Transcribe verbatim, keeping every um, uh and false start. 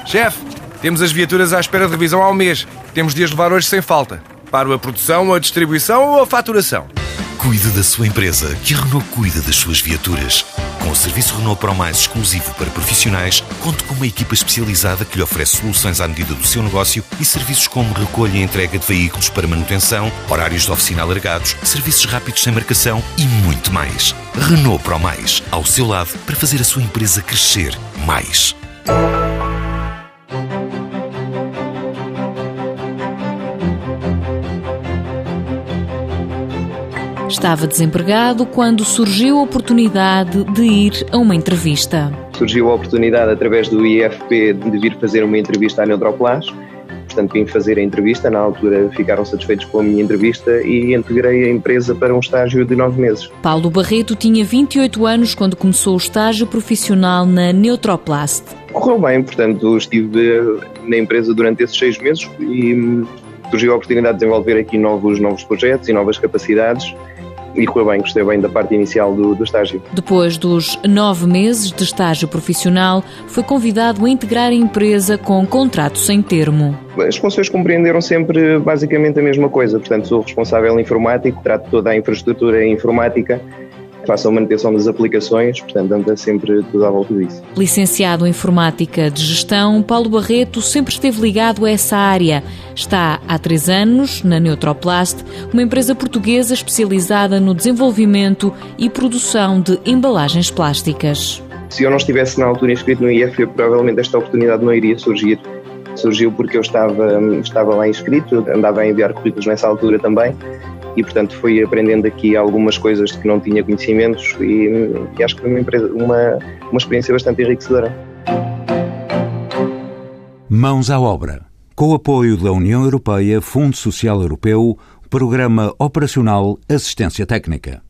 Chefe, temos as viaturas à espera de revisão há um mês. Temos de as levar hoje sem falta. Paro a produção, a distribuição ou a faturação? Cuide da sua empresa, que a Renault cuida das suas viaturas. Com o serviço Renault Pro Mais exclusivo para profissionais, conte com uma equipa especializada que lhe oferece soluções à medida do seu negócio e serviços como recolha e entrega de veículos para manutenção, horários de oficina alargados, serviços rápidos sem marcação e muito mais. Renault Pro Mais, ao seu lado para fazer a sua empresa crescer mais. Estava desempregado quando surgiu a oportunidade de ir a uma entrevista. Surgiu a oportunidade, através do I F P, de vir fazer uma entrevista à Neutroplast. Portanto, vim fazer a entrevista. Na altura, ficaram satisfeitos com a minha entrevista e integrei a empresa para um estágio de nove meses. Paulo Barreto tinha vinte e oito anos quando começou o estágio profissional na Neutroplast. Correu bem, portanto, estive na empresa durante esses seis meses e surgiu a oportunidade de desenvolver aqui novos, novos projetos e novas capacidades. E correu bem, gostei bem da parte inicial do, do estágio. Depois dos nove meses de estágio profissional, foi convidado a integrar a empresa com contrato sem termo. As funções compreenderam sempre basicamente a mesma coisa. Portanto, sou responsável informático, trato toda a infraestrutura informática, faço a manutenção das aplicações, portanto, anda sempre tudo à volta disso. Licenciado em Informática de Gestão, Paulo Barreto sempre esteve ligado a essa área. Está há três anos na Neutroplast, uma empresa portuguesa especializada no desenvolvimento e produção de embalagens plásticas. Se eu não estivesse na altura inscrito no I F P, provavelmente esta oportunidade não iria surgir. Surgiu porque eu estava, estava lá inscrito, andava a enviar currículos nessa altura também. E, portanto, fui aprendendo aqui algumas coisas de que não tinha conhecimentos e, e acho que foi uma, empresa, uma, uma experiência bastante enriquecedora. Mãos à obra. Com o apoio da União Europeia, Fundo Social Europeu, Programa Operacional Assistência Técnica.